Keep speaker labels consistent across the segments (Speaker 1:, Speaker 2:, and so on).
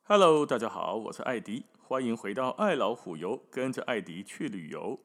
Speaker 1: Hello，大家好，我是艾迪，欢迎回到爱老虎游，跟着艾迪去旅游。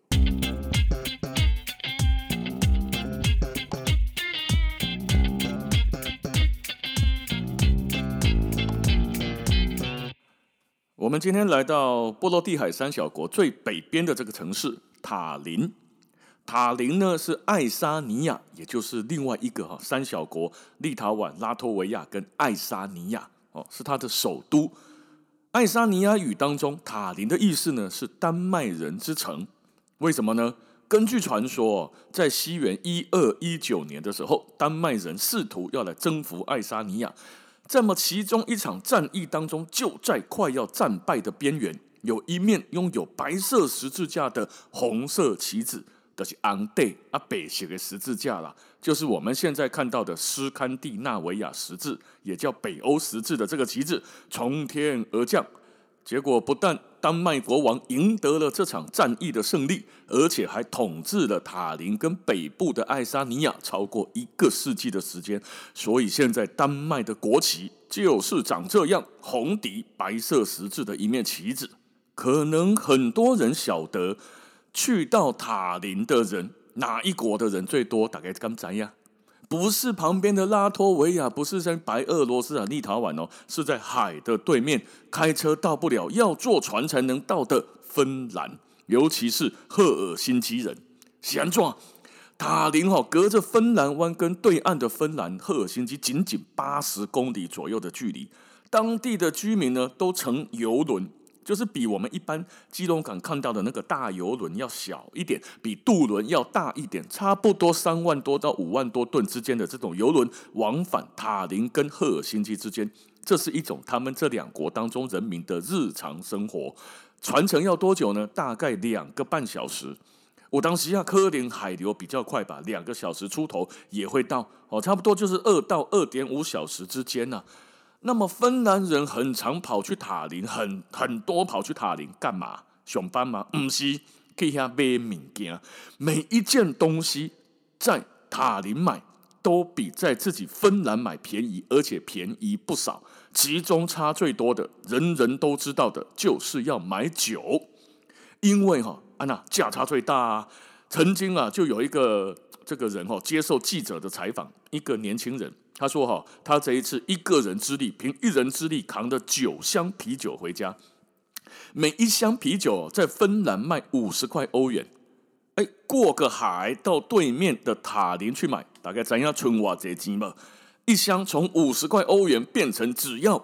Speaker 1: 我们今天来到波罗的海三小国最北边的这个城市塔林。塔林呢是爱沙尼亚，也就是另外一个三小国立陶宛、拉脱维亚跟爱沙尼亚是它的首都。爱沙尼亚语当中，塔林的意思呢是丹麦人之城。为什么呢？根据传说，在西元1219年的时候，丹麦人试图要来征服爱沙尼亚。这么其中一场战役当中，就在快要战败的边缘，有一面拥有白色十字架的红色旗子，就是红底白色的十字架啦，就是我们现在看到的斯堪的纳维亚十字，也叫北欧十字的这个旗帜从天而降。结果不但丹麦国王赢得了这场战役的胜利，而且还统治了塔林跟北部的爱沙尼亚超过1个世纪的时间。所以现在丹麦的国旗就是长这样，红底白色十字的一面旗子。可能很多人晓得，去到塔林的人，哪一国的人最多？大概敢知呀？不是旁边的拉脱维亚，不是在白俄罗斯立陶宛是在海的对面，开车到不了，要坐船才能到的芬兰，尤其是赫尔辛基人。是怎样？塔林隔着芬兰湾跟对岸的芬兰赫尔辛基仅仅80公里左右的距离，当地的居民呢都乘游轮。就是比我们一般基隆港看到的那个大游轮要小一点，比渡轮要大一点，差不多3万多到5万多吨之间的这种游轮往返塔林跟赫尔辛基之间，这是一种他们这两国当中人民的日常生活。船程要多久呢？大概2个半小时。我当时可能海流比较快吧，2个小时出头也会到，差不多就是2到2.5小时之间啊。那么芬兰人很常跑去塔林，很多跑去塔林干嘛？上班吗？不是，去那买物件。每一件东西在塔林买都比在自己芬兰买便宜，而且便宜不少。其中差最多的，人人都知道的，就是要买酒，因为价差最大啊。曾经就有一个这个人接受记者的采访，一个年轻人。他说他这一次1个人之力，凭1人之力扛着9箱啤酒回家，每一箱啤酒在芬兰卖50块欧元。过个海到对面的塔林去买，大概知道剩多少钱吗？一箱从50块欧元变成只要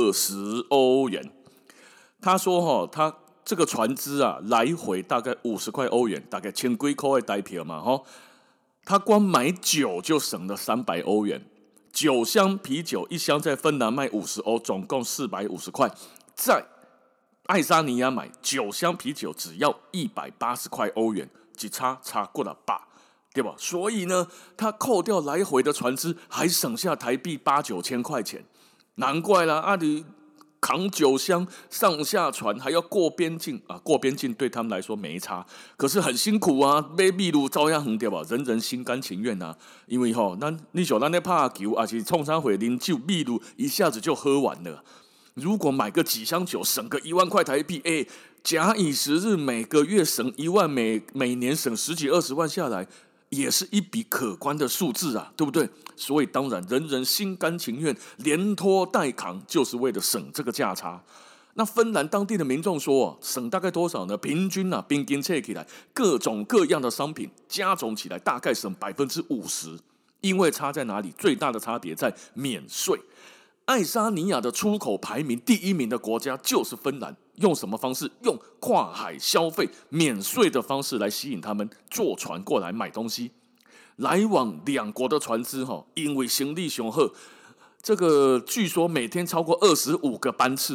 Speaker 1: 20欧元。他说他这个船资来回大概50块欧元，大概1000几块的台币嘛他光买酒就省了300欧元。9箱啤酒，一箱在芬兰卖50欧，总共450块。在爱沙尼亚买9箱啤酒只要180块欧元，一差过了8，对吧？所以呢，他扣掉来回的船资，还省下台币8、9千块钱。难怪啦，你扛9箱上下船，还要过边境过边境对他们来说没差，可是很辛苦啊，买秘鲁照样很对吧？人人心甘情愿啊，因为你像咱在打球，还是冲山会啉酒，秘鲁一下子就喝完了。如果买个几箱酒，省个1万块台币，假以时日，每个月省1万，每年省10几20万下来，也是一笔可观的数字啊，对不对？所以当然人人心甘情愿，连拖带扛，就是为了省这个价差。那芬兰当地的民众说省大概多少呢？平均平均测起来，各种各样的商品加总起来，大概省50%。因为差在哪里？最大的差别在免税。爱沙尼亚的出口排名第1名的国家就是芬兰，用什么方式？用跨海消费免税的方式来吸引他们坐船过来买东西。来往2国的船只因为行李雄厚，这个据说每天超过25个班次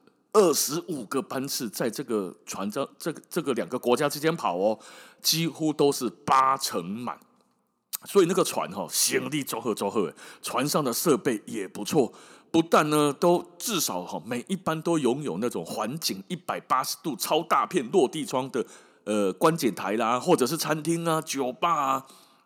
Speaker 1: 25个班次在这个船上，这个2个国家之间跑几乎都是8成满。所以那个船行李走好，船上的设备也不错，不但呢都至少每一班都拥有那种环景180度超大片落地窗的观景台啦，或者是餐厅酒吧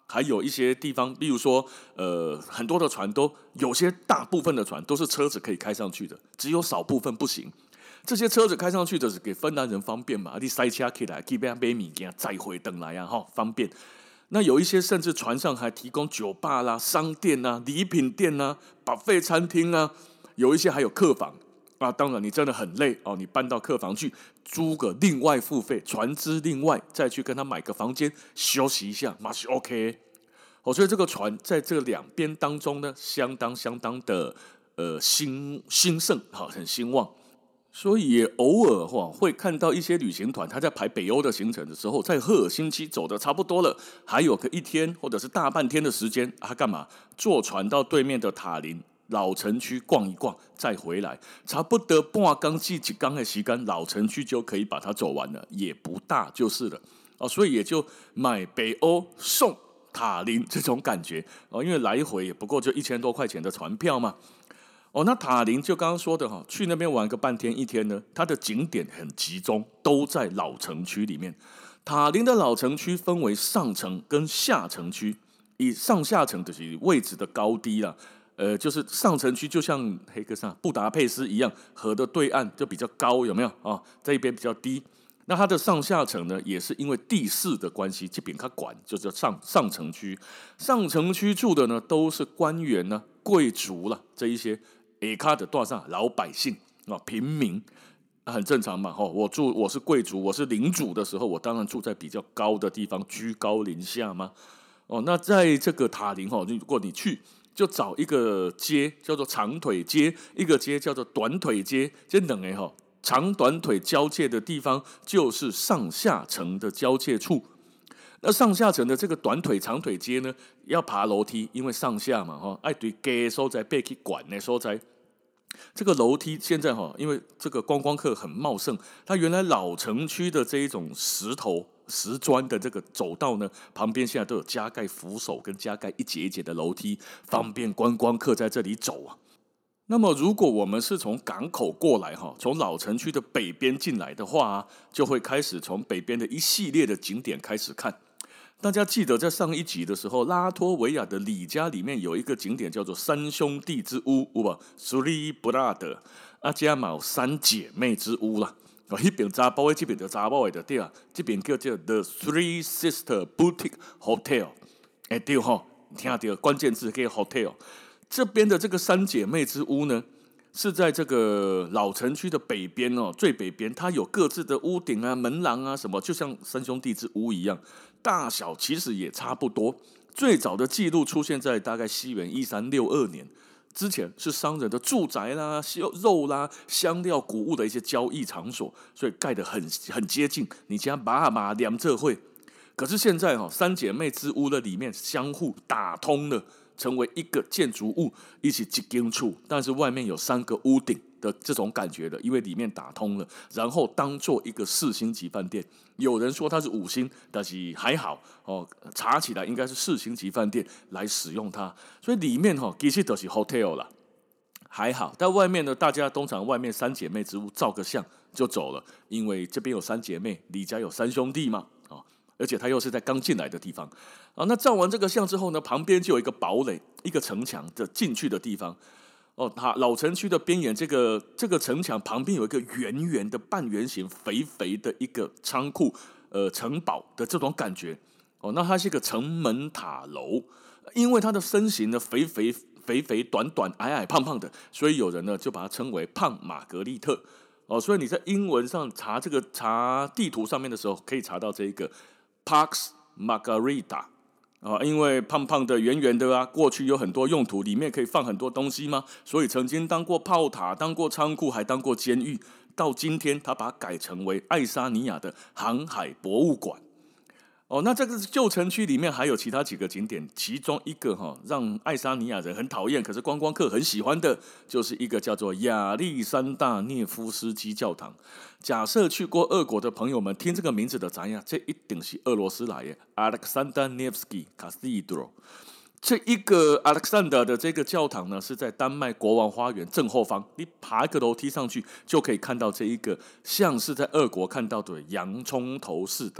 Speaker 1: 还有一些地方，例如说，很多的船都有些大部分的船都是车子可以开上去的，只有少部分不行。这些车子开上去的是给芬兰人方便嘛，你塞车起来，去买物件再回等来啊，方便。那有一些甚至船上还提供酒吧啦、商店啊、礼品店啊、buffet餐厅啊，有一些还有客房啊。当然，你真的很累哦，你搬到客房去租个另外付费，船资另外再去跟他买个房间休息一下，那是 OK。所以这个船在这两边当中呢，相当的兴盛，很兴旺。所以也偶尔会看到一些旅行团，他在排北欧的行程的时候，在赫尔辛基走的差不多了，还有个一天或者是大半天的时间，他干嘛？坐船到对面的塔林老城区逛一逛，再回来，差不多半缸至一缸的时间，老城区就可以把它走完了，也不大就是了。所以也就买北欧送塔林这种感觉，因为来回也不过就1000多块钱的船票嘛。那塔林就刚刚说的去那边玩个半天一天呢，它的景点很集中，都在老城区里面。塔林的老城区分为上城跟下城区，以上下城就是位置的高低啦。就是上城区就像黑格上布达佩斯一样，河的对岸就比较高，有没有这一边比较低。那它的上下城呢，也是因为地势的关系，这边它管就是上城区。上城区住的呢，都是官员呢、贵族啦这一些。下卡的大上老百姓平民很正常嘛。我是贵族，我是领主的时候，我当然住在比较高的地方，居高临下嘛。那在这个塔林如果你去，就找一个街叫做长腿街，一个街叫做短腿街，这两个长短腿交界的地方，就是上下城的交界处。那上下层的这个短腿长腿街呢，要爬楼梯，因为上下嘛，爱对街所在被去管的所在。这个楼梯现在因为这个观光客很茂盛，它原来老城区的这一种石头、石砖的这个走道呢，旁边现在都有加盖扶手跟加盖一节一节的楼梯，方便观光客在这里走啊。那么，如果我们是从港口过来从老城区的北边进来的话，就会开始从北边的一系列的景点开始看。大家记得在上一集的时候，拉脱维亚的里加里面有一个景点叫做三兄弟之屋，有吧 ？Three Brother， 加嘛有三姐妹之屋啦。那边查甫的，这边就查某的对啊。这边叫做 The Three Sister Boutique Hotel， 对听到关键字叫 hotel。这边的这个三姐妹之屋呢，是在这个老城区的北边最北边，它有各自的屋顶啊、门廊啊什么，就像三兄弟之屋一样。大小其实也差不多，最早的记录出现在大概西元1362年，之前是商人的住宅啦、肉啦、香料、谷物的一些交易场所，所以盖得很接近。你家马两这会，可是现在三姐妹之屋的里面相互打通了，成为一个建筑物，一起一间厝，但是外面有3个屋顶的这种感觉的，因为里面打通了，然后当做一个4星级饭店。有人说它是5星，但是还好查起来应该是4星级饭店来使用它，所以里面其实都是 hotel 啦，还好。但外面呢，大家通常外面三姐妹之屋照个相就走了，因为这边有3姐妹，李家有3兄弟嘛，而且他又是在刚进来的地方那照完这个相之后呢，旁边就有一个堡垒，一个城墙的进去的地方。老城区的边缘，这个城墙旁边有一个圆圆的半圆形、肥肥的一个仓库，城堡的这种感觉。那它是一个城门塔楼，因为它的身形呢肥肥、短短、矮矮、胖胖的，所以有人呢就把它称为胖玛格丽特。所以你在英文上查地图上面的时候，可以查到这个 Pax Margarita。因为胖胖的、圆圆的过去有很多用途，里面可以放很多东西嘛，所以曾经当过炮塔、当过仓库，还当过监狱。到今天，他把它改成为爱沙尼亚的航海博物馆。那这个旧城区里面还有其他几个景点，其中一个让爱沙尼亚人很讨厌，可是观光客很喜欢的，就是一个叫做亚历山大涅夫斯基教堂。假设去过俄国的朋友们听这个名字的知道，这一定是俄罗斯来的 Alexander Nevsky Cathedral。这一个 Alexander 的这个教堂呢，是在丹麦国王花园正后方，你爬一个楼梯上去，就可以看到这一个像是在俄国看到的洋葱头似的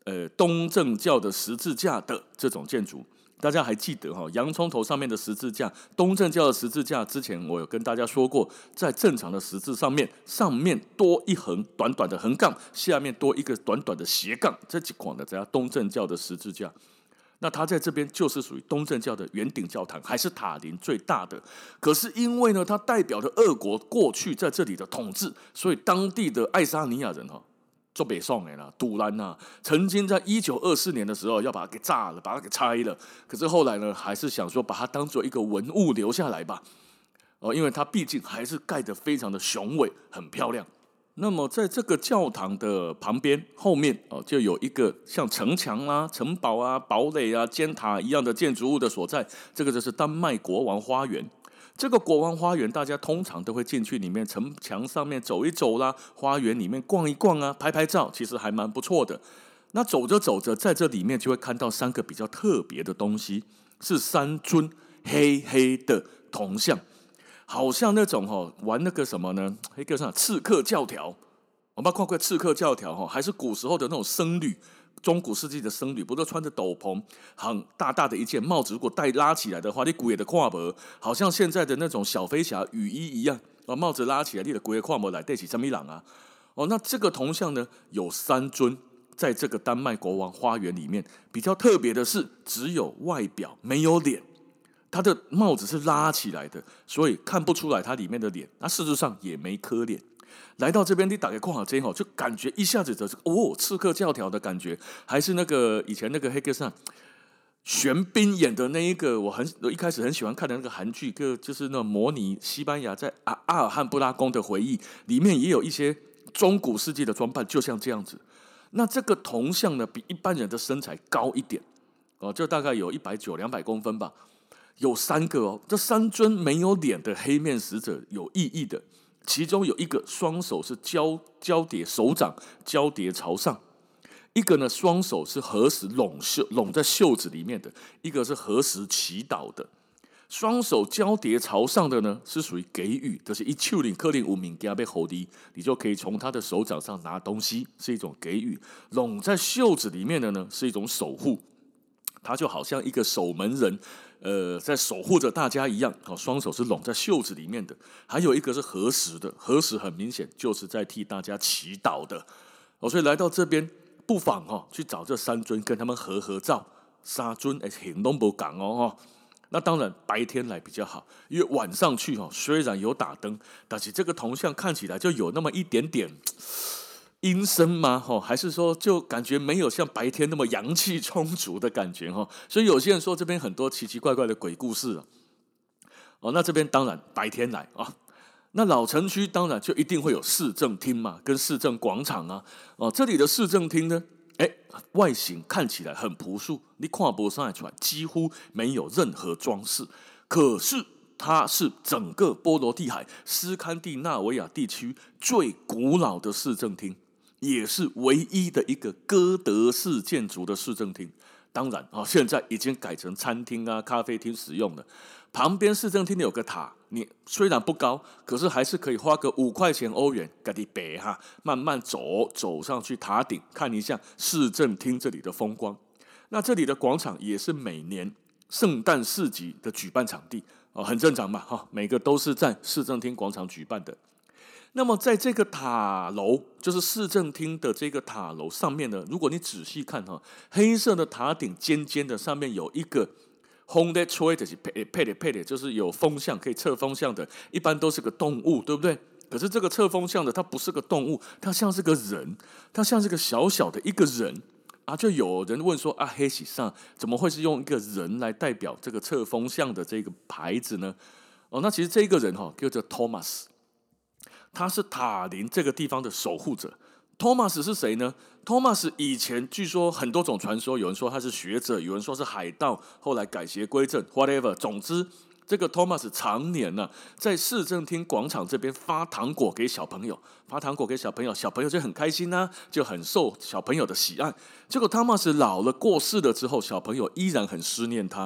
Speaker 1: 东正教的十字架的这种建筑。大家还记得洋葱头上面的十字架，东正教的十字架，之前我有跟大家说过，在正常的十字上面多一横短短的横杠，下面多一个短短的斜杠，这几款的叫东正教的十字架。那它在这边就是属于东正教的圆顶教堂，还是塔林最大的。可是因为呢，它代表了俄国过去在这里的统治，所以当地的爱沙尼亚人做北宋的啦，杜兰呐，曾经在1924年的时候要把它给炸了，把它给拆了。可是后来呢，还是想说把它当做一个文物留下来吧。因为它毕竟还是盖得非常的雄伟，很漂亮。那么在这个教堂的旁边后面就有一个像城墙啊、城堡啊、堡垒啊、尖塔一样的建筑物的所在，这个就是丹麦国王花园。这个国王花园，大家通常都会进去里面城墙上面走一走啦，花园里面逛一逛啊，拍拍照，其实还蛮不错的。那走着走着，在这里面就会看到3个比较特别的东西，是3尊黑黑的铜像，好像那种玩那个什么呢？一个刺客教条，我们看过刺客教条还是古时候的那种僧侣。中古世纪的僧侣不都穿着斗篷，很大大的一件帽子，如果拉起来的话，你鬼也的看不，好像现在的那种小飞侠雨衣一样，帽子拉起来，你的鬼也看不来对起什么人啊？那这个铜像呢，有3尊，在这个丹麦国王花园里面，比较特别的是，只有外表没有脸，他的帽子是拉起来的，所以看不出来他里面的脸，那事实上也没颗脸。来到这边，你打开看好这就感觉一下子的刺客教条的感觉，还是那个以前那个黑格上玄彬演的那一个，我一开始很喜欢看的那个韩剧，就是那模拟西班牙在阿尔汉布拉宫的回忆，里面也有一些中古世纪的装扮，就像这样子。那这个铜像呢，比一般人的身材高一点就大概有190-200公分吧。有3个这3尊没有脸的黑面使者有意义的。其中有一个双手是交叠，手掌交叠朝上；一个呢双手是合十拢在袖子里面的；一个是合十祈祷的。双手交叠朝上的呢是属于给予，就是一手领克林无名给他被吼的，你就可以从他的手掌上拿东西，是一种给予；拢在袖子里面的呢是一种守护，他就好像一个守门人。在守护着大家一样，双手是拢在袖子里面的。还有一个是合十的，合十很明显就是在替大家祈祷的。所以来到这边，不妨去找这3尊，跟他们合照。3尊行动不港那当然白天来比较好，因为晚上去虽然有打灯，但是这个铜像看起来就有那么一点点阴森吗？还是说就感觉没有像白天那么阳气充足的感觉？所以有些人说这边很多奇奇怪怪的鬼故事那这边当然白天来那老城区当然就一定会有市政厅嘛，跟市政广场这里的市政厅呢，外形看起来很朴素，你看不上来出来，几乎没有任何装饰，可是它是整个波罗的海斯堪的纳维亚地区最古老的市政厅。也是唯一的一个哥德式建筑的市政厅，当然现在已经改成餐厅啊、咖啡厅使用了。旁边市政厅有个塔，你虽然不高，可是还是可以花个5块钱欧元，自己背慢慢走上去塔顶，看一下市政厅这里的风光。那这里的广场也是每年圣诞市集的举办场地很正常嘛每个都是在市政厅广场举办的。那么在这个塔楼，就是市政厅的这个塔楼上面呢，如果你仔细看黑色的塔顶尖尖的，上面有一个风在吹，就是配的，就是有风向可以测风向的，一般都是个动物，对不对？可是这个测风向的，它不是个动物，它像是个人，它像是个小小的一个人就有人问说黑喜上怎么会是用一个人来代表这个测风向的这个牌子呢？那其实这个人叫做 Thomas。他是塔林这个地方的守护者。托马斯是谁呢？托马斯以前据说很多种传说，有人说他是学者，有人说是海盗，后来改邪归正 ，whatever。总之，这个托马斯常年在市政厅广场这边发糖果给小朋友，小朋友就很开心就很受小朋友的喜爱。结果托马斯老了过世了之后，小朋友依然很思念他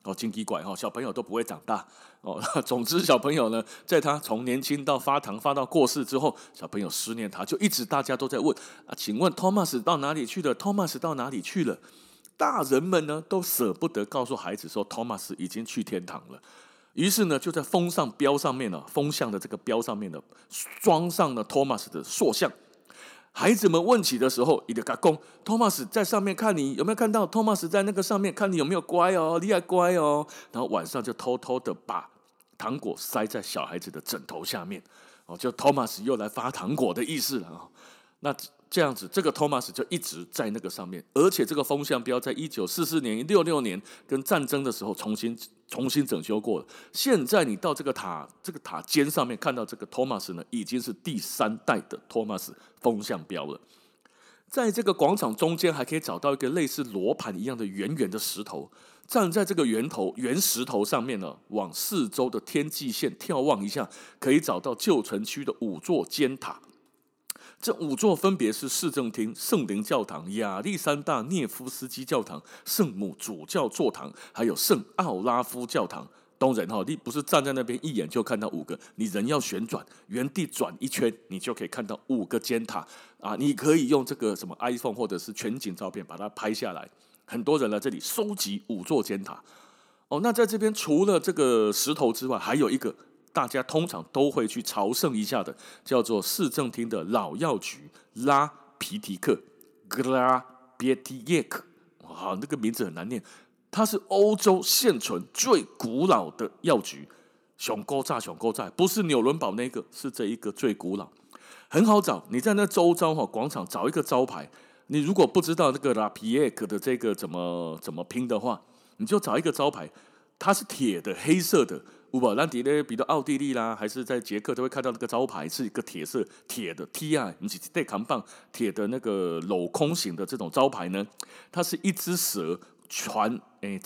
Speaker 1: 金鸡拐小朋友都不会长大总之小朋友呢，在他从年轻到发糖发到过世之后，小朋友10年他就一直大家都在问请问 Thomas 到哪里去了 Thomas 到哪里去了？大人们呢都舍不得告诉孩子说 Thomas 已经去天堂了，于是呢就在风向标上面风向的这个标上面装上了 Thomas 的塑像。孩子们问起的时候，一直跟他说 Thomas 在上面看你有没有看到 Thomas 在那个上面看你有没有乖哦，你还乖哦。然后晚上就偷偷的把糖果塞在小孩子的枕头下面就 Thomas 又来发糖果的意思了那这样子，这个 Thomas 就一直在那个上面，而且这个风向标在1944年、66年跟战争的时候重新整修过了。现在你到这个塔尖上面看到这个 Thomas 呢，已经是第3代的 Thomas 风向标了。在这个广场中间还可以找到一个类似罗盘一样的圆圆的石头，站在这个圆石头上面呢，往四周的天际线眺望一下，可以找到旧城区的5座尖塔。这5座分别是市政厅、圣灵教堂、亚历山大涅夫斯基教堂、圣母主教座堂，还有圣奥拉夫教堂。当然你不是站在那边一眼就看到5个，你人要旋转，原地转一圈，你就可以看到5个尖塔你可以用这个什么 iPhone 或者是全景照片把它拍下来。很多人来这里收集5座尖塔那在这边除了这个石头之外，还有一个大家通常都会去朝圣一下的，叫做市政厅的老药局拉皮提克 （Gla Pietiek）。那个名字很难念。它是欧洲现存最古老的药局，熊高炸，不是纽伦堡那个，是这一个最古老，很好找。你在那周遭广场找一个招牌，你如果不知道那个拉皮耶克的这个怎么拼的话，你就找一个招牌，它是铁的，黑色的。有吧？咱在比如奥地利啦，还是在捷克都会看到那个招牌是一个铁的 T 不是带扛棒铁的那个镂空型的这种招牌呢，它是一只蛇缠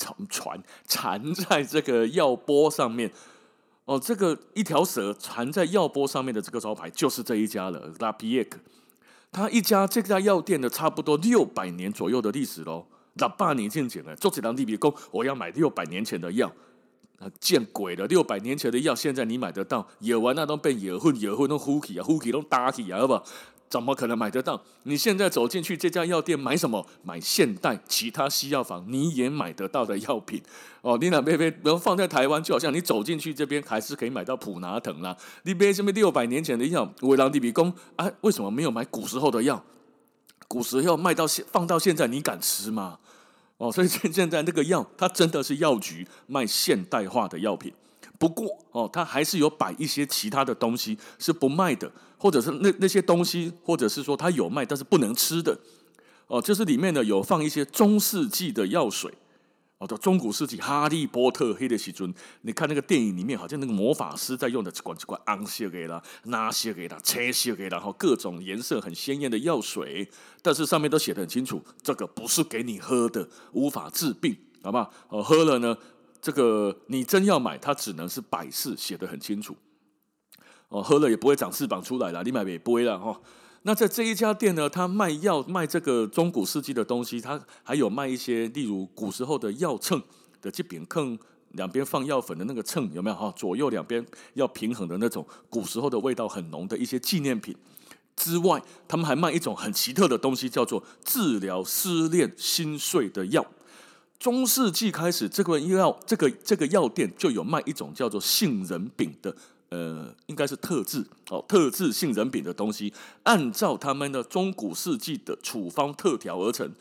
Speaker 1: 在这个药钵上面这个一条蛇缠在药钵上面的这个招牌就是这一家了，拉皮耶克。它这家药店的差不多600年左右的历史咯，600年前了，做几人你比如说我要买600年前的药。见鬼了！600年前的药，现在你买得到？药丸那都变药粉都呼起都打起好不好？怎么可能买得到？你现在走进去这家药店买什么？买现代其他西药房你也买得到的药品你那边放在台湾，就好像你走进去这边还是可以买到普拿疼啦。你买什么600年前的药？有人你比讲为什么没有买古时候的药？古时候放到现在，你敢吃吗？所以现在那个药，它真的是药局卖现代化的药品。不过它还是有摆一些其他的东西是不卖的，或者是那些东西，或者是说它有卖但是不能吃的就是里面呢有放一些中世纪的药水中古世纪哈利波特黑的时阵，你看那个电影里面，好像那个魔法师在用的这款红色的啦、蓝色的啦、青色的啦，然后各种颜色很鲜艳的药水，但是上面都写得很清楚，这个不是给你喝的，无法治病，好不好？喝了呢，这个你真要买，它只能是摆饰，写得很清楚。喝了也不会长翅膀出来啦，你买也不会啦那在这一家店呢，他卖药卖这个中古世纪的东西，他还有卖一些，例如古时候的药秤的这边秤，两边放药粉的那个秤有没有左右两边要平衡的那种古时候的味道很浓的一些纪念品之外，他们还卖一种很奇特的东西，叫做治疗失恋心碎的药。中世纪开始，这个药店就有卖一种叫做杏仁饼的。应该是特制杏仁饼的东西，按照他们的中古世纪的处方特调而成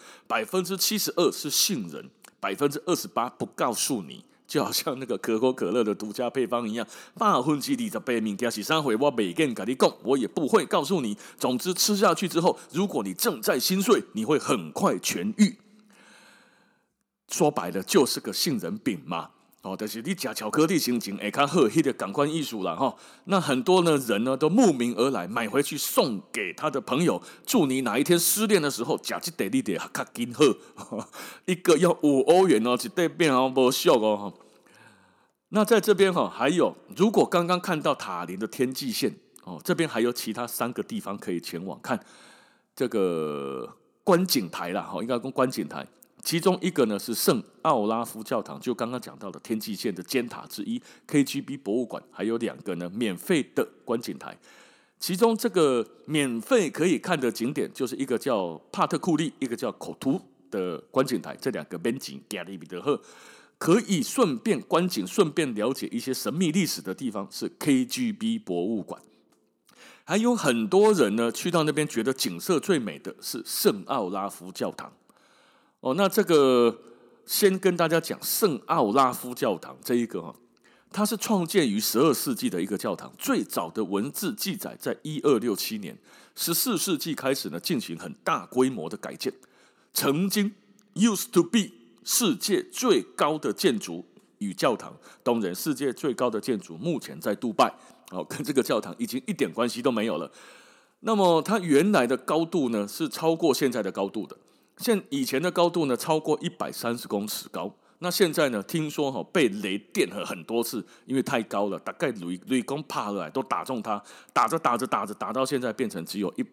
Speaker 1: ，72%是杏仁，28%不告诉你，就好像那个可口可乐的独家配方一样，28%物件是啥货，我袂敢跟你讲，我也不会告诉你。总之吃下去之后，如果你正在心碎，你会很快痊愈。说白了就是个杏仁饼嘛。但是你吃巧克力心情会较好，那个感官艺术啦那很多人呢都慕名而来，买回去送给他的朋友，祝你哪一天失恋的时候，吃这袋你得较紧好。一个要5欧元一袋变不俗那在这边还有，如果刚刚看到塔林的天际线这边还有其他3个地方可以前往看这个观景台啦应该讲观景台。 其中一个呢是圣奥拉夫教堂，就刚刚讲到的天际线的尖塔之一 KGB 博物馆，还有2个呢免费的观景台。其中这个免费可以看的景点，就是一个叫帕特库利，一个叫口图的观景台，这2个免景加利比德赫，可以顺便观景、顺便了解一些神秘历史的地方是 KGB 博物馆。还有很多人呢去到那边觉得景色最美的是圣奥拉夫教堂。那这个先跟大家讲圣奥拉夫教堂这一个它是创建于12世纪的一个教堂，最早的文字记载在1267年，14世纪开始呢进行很大规模的改建，曾经 used to be 世界最高的建筑与教堂，当然世界最高的建筑目前在杜拜，跟这个教堂已经一点关系都没有了。那么它原来的高度呢是超过现在的高度的，以前的高度呢超过130公尺高。那现在呢？听说被雷电了很多次，因为太高了，大概雷公爬了都打中它，打到现在变成只有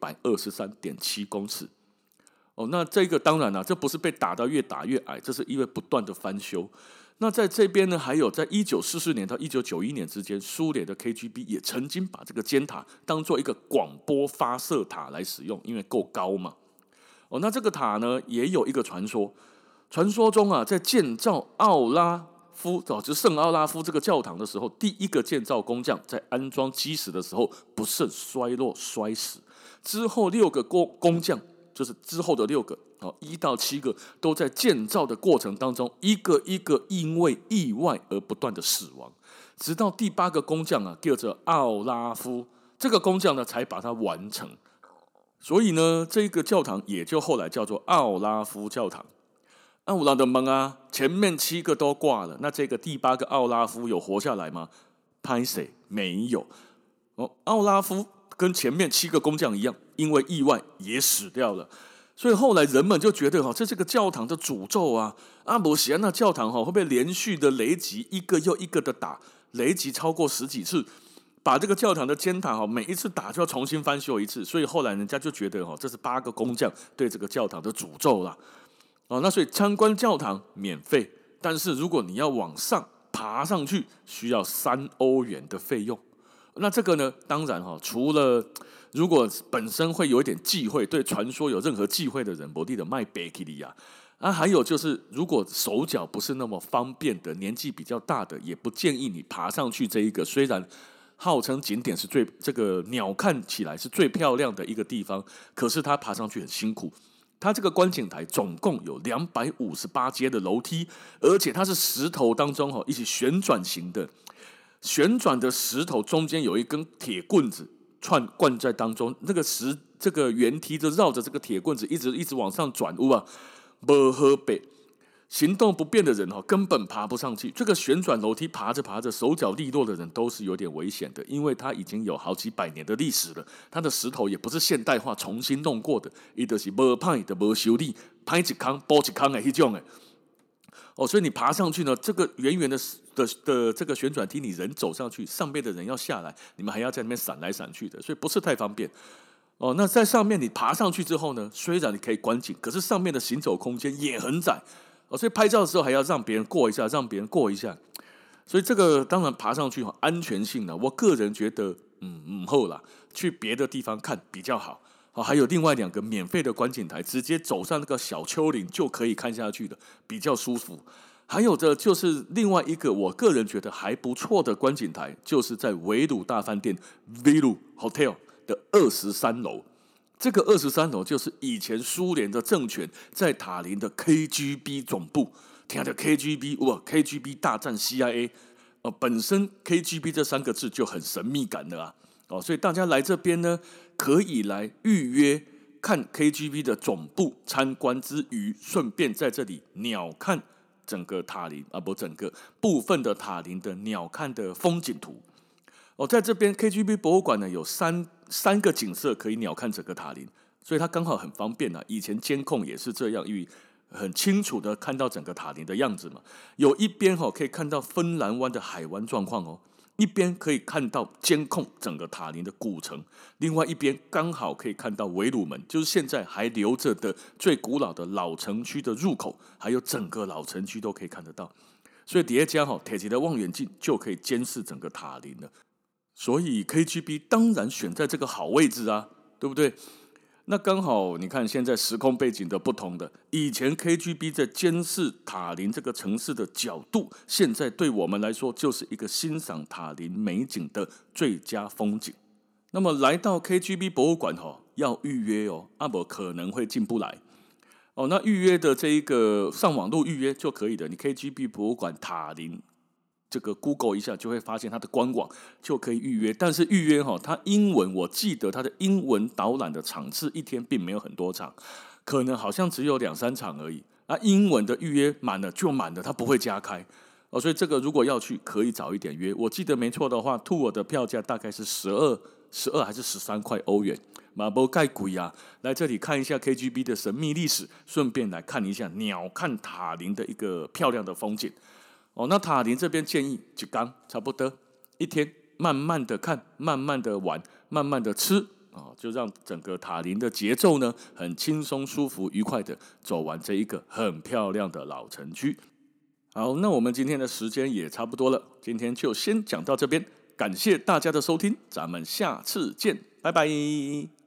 Speaker 1: 123.7公尺。那这个当然了，这不是被打到越打越矮，这是因为不断的翻修。那在这边呢，还有在1944年到1991年之间，苏联的 KGB 也曾经把这个尖塔当做一个广播发射塔来使用，因为够高嘛。那这个塔呢，也有一个传说。传说中在建造奥拉夫，就是圣奥拉夫这个教堂的时候，第一个建造工匠在安装基石的时候不慎衰落摔死，之后6个工匠，就是之后的6个，1到7个都在建造的过程当中一个一个因为意外而不断的死亡，直到第8个工匠叫做奥拉夫，这个工匠呢才把它完成。所以呢，这个教堂也就后来叫做奥拉夫教堂。有人就问前面7个都挂了，那这个第8个奥拉夫有活下来吗？拍谁？没有。奥拉夫跟前面7个工匠一样，因为意外也死掉了。所以后来人们就觉得这是个教堂的诅咒啊！不然那教堂会不会连续的雷击，一个又一个的打，雷击超过10几次，把这个教堂的尖塔每一次打就要重新翻修一次。所以后来人家就觉得这是8个工匠对这个教堂的诅咒啦。那所以参观教堂免费，但是如果你要往上爬上去，需要3欧元的费用。那这个呢，当然除了如果本身会有一点忌讳，对传说有任何忌讳的人，没得卖北基利亚。还有就是，如果手脚不是那么方便的，年纪比较大的，也不建议你爬上去这一个。虽然号称景点是这个鸟看起来是最漂亮的一个地方，可是它爬上去很辛苦。它这个观景台总共有258阶的楼梯，而且它是石头当中一起旋转型的，旋转的石头中间有一根铁棍子灌在当中，这个圆梯就绕着这个铁棍子一直往上转，不好背。行动不便的人根本爬不上去。这个旋转楼梯爬着爬着，手脚利落的人都是有点危险的，因为它已经有好几百年的历史了。它的石头也不是现代化重新弄过的，它就是没歹的没修理，拍一坑补一坑的那种的。所以你爬上去呢，这个圆圆的这个旋转梯，你人走上去，上面的人要下来，你们还要在那边闪来闪去的，所以不是太方便。那在上面你爬上去之后呢，虽然你可以观景，可是上面的行走空间也很窄。所以拍照的时候还要让别人过一下，所以这个当然爬上去安全性呢，我个人觉得后啦，去别的地方看比较好。还有另外2个免费的观景台，直接走上那个小丘陵就可以看下去的，比较舒服。还有的就是另外一个我个人觉得还不错的观景台，就是在维鲁大饭店 Vilu Hotel 的23楼。这个23楼就是以前苏联的政权在塔林的 KGB 总部，听着 KGB 大战 CIA，本身 KGB 这3个字就很神秘感了所以大家来这边呢，可以来预约看 KGB 的总部参观之余，顺便在这里鸟看整个塔林不整个部分的塔林的鸟看的风景图。在这边 KGB 博物馆呢，有三个景色可以鸟看整个塔林，所以它刚好很方便以前监控也是这样，因为很清楚的看到整个塔林的样子嘛。有一边可以看到芬兰湾的海湾状况一边可以看到监控整个塔林的古城，另外一边刚好可以看到围鲁门，就是现在还留着的最古老的老城区的入口，还有整个老城区都可以看得到。所以底下加铁骑的望远镜就可以监视整个塔林了。所以 KGB 当然选在这个好位置啊，对不对？那刚好你看现在时空背景的不同的，以前 KGB 在监视塔林这个城市的角度，现在对我们来说就是一个欣赏塔林美景的最佳风景。那么来到 KGB 博物馆要预约不可能会进不来。那预约的这一个上网络预约就可以的，你 KGB 博物馆塔林这个 Google 一下就会发现它的官网就可以预约，但是预约它英文，我记得它的英文导览的场次一天并没有很多场，可能好像只有2-3场而已。英文的预约满了就满了，它不会加开所以这个如果要去可以早一点约。我记得没错的话，tour 的票价大概是12还是13块欧元，嘛不太贵啊。来这里看一下 KGB 的神秘历史，顺便来看一下鸟瞰塔林的一个漂亮的风景。那塔林这边建议一天差不多一天，慢慢的看，慢慢的玩，慢慢的吃就让整个塔林的节奏呢很轻松、舒服、愉快的走完这一个很漂亮的老城区。好，那我们今天的时间也差不多了，今天就先讲到这边，感谢大家的收听，咱们下次见，拜拜。